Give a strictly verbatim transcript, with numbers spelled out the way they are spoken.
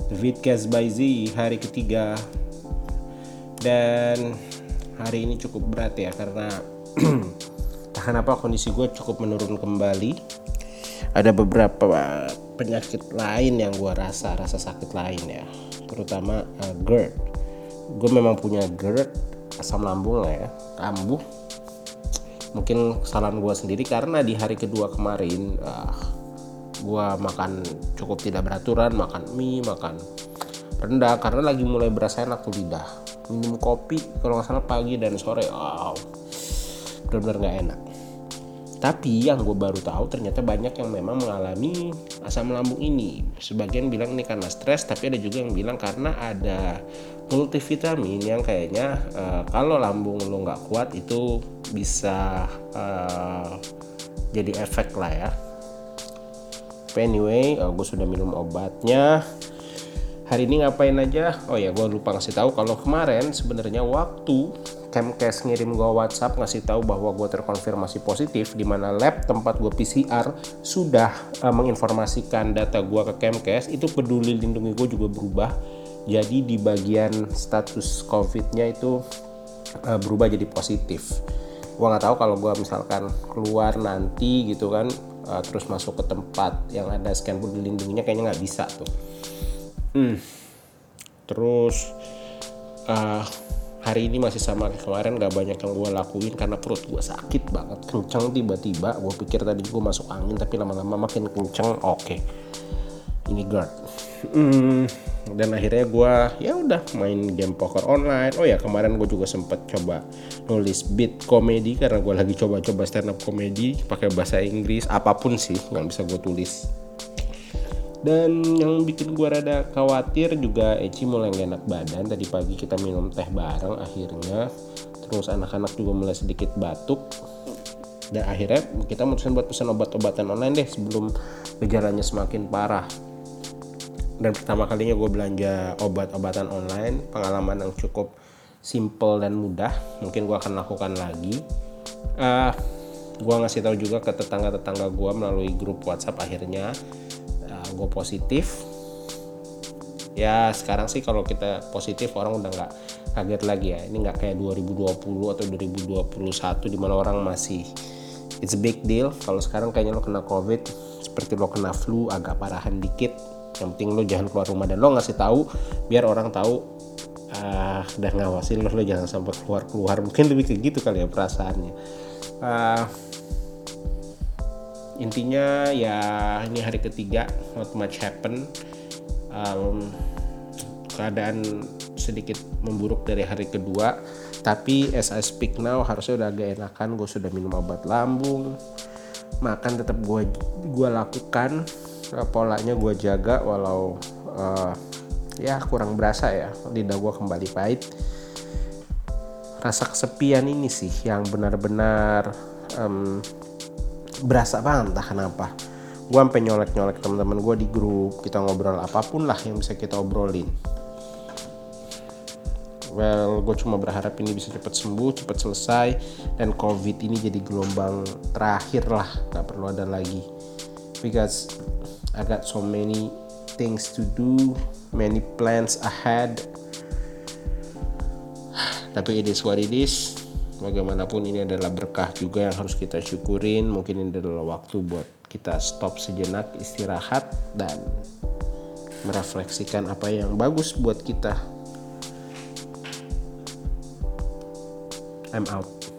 Vidcast by Z hari ketiga. Dan hari ini cukup berat ya, karena entah kenapa kondisi gue cukup menurun kembali. Ada beberapa penyakit lain yang gue rasa, rasa sakit lain ya, terutama uh, GERD. Gue memang punya GERD, asam lambung lah ya, kambuh. Mungkin kesalahan gue sendiri karena di hari kedua kemarin uh, gue makan cukup tidak beraturan, makan mie, makan rendang karena lagi mulai berasa enak tuh lidah. Minum kopi kalau nggak salah pagi dan sore, wow, benar-benar nggak enak. Tapi yang gue baru tahu ternyata banyak yang memang mengalami asam lambung ini. Sebagian bilang ini karena stres, tapi ada juga yang bilang karena ada multivitamin yang kayaknya uh, kalau lambung lo nggak kuat itu bisa uh, jadi efek lah ya. But anyway, uh, gue sudah minum obatnya. Hari ini ngapain aja? Oh ya, gue lupa ngasih tahu kalau kemarin sebenarnya waktu Kemkes ngirim gue WhatsApp ngasih tahu bahwa gue terkonfirmasi positif, di mana lab tempat gue P C R sudah uh, menginformasikan data gue ke Kemkes, itu peduli lindungi gue juga berubah. Jadi di bagian status COVID-nya itu uh, berubah jadi positif. Gue nggak tahu kalau gue misalkan keluar nanti gitu kan, uh, terus masuk ke tempat yang ada scan peduli lindunginya, kayaknya nggak bisa tuh. Hmm. Terus uh, hari ini masih sama kayak kemarin, gak banyak yang gue lakuin karena perut gue sakit banget, kenceng tiba-tiba. Gue pikir tadi gue masuk angin, tapi lama-lama makin kenceng. Oke, ini GERD. Hmm. Dan akhirnya gue ya udah main game poker online. Oh ya, kemarin gue juga sempet coba nulis beat komedi karena gue lagi coba-coba stand up komedi pakai bahasa Inggris, apapun sih yang bisa gue tulis. Dan yang bikin gue rada khawatir juga, Eci mulai gak enak badan. Tadi pagi kita minum teh bareng akhirnya. Terus anak-anak juga mulai sedikit batuk. Dan akhirnya kita mutusin buat pesan obat-obatan online deh sebelum gejalanya semakin parah. Dan pertama kalinya gue belanja obat-obatan online, pengalaman yang cukup simple dan mudah. Mungkin gue akan lakukan lagi. Uh, gue ngasih tahu juga ke tetangga-tetangga gue melalui grup WhatsApp. Akhirnya gue positif ya. Sekarang sih kalau kita positif orang udah nggak kaget lagi ya. Ini nggak kayak dua ribu dua puluh atau dua ribu dua puluh satu di mana orang masih it's a big deal. Kalau sekarang kayaknya lo kena COVID seperti lo kena flu, agak parahan dikit. Yang penting lo jangan keluar rumah dan lo ngasih tahu biar orang tahu uh, dan ngawasin lo, lo jangan sampai keluar keluar. Mungkin lebih kayak gitu kali ya perasaannya. Uh, Intinya ya ini hari ketiga, not much happen. Um, keadaan sedikit memburuk dari hari kedua, tapi as I speak now harusnya udah agak enakan. Gue sudah minum obat lambung, makan tetap gue gue lakukan, polanya gue jaga walau uh, ya kurang berasa ya, lidah gue kembali pahit. Rasa kesepian ini sih yang benar-benar um, berasa banget, entah kenapa. Gue sampai nyolek-nyolek teman-teman gue di grup, kita ngobrol apapun lah yang bisa kita obrolin. Well, gue cuma berharap ini bisa cepat sembuh, cepat selesai, dan COVID ini jadi gelombang terakhir lah, gak perlu ada lagi. Because I got so many things to do, many plans ahead. Tapi it is what it is. Bagaimanapun ini adalah berkah juga yang harus kita syukurin. Mungkin ini adalah waktu buat kita stop sejenak, istirahat, dan merefleksikan apa yang bagus buat kita. I'm out.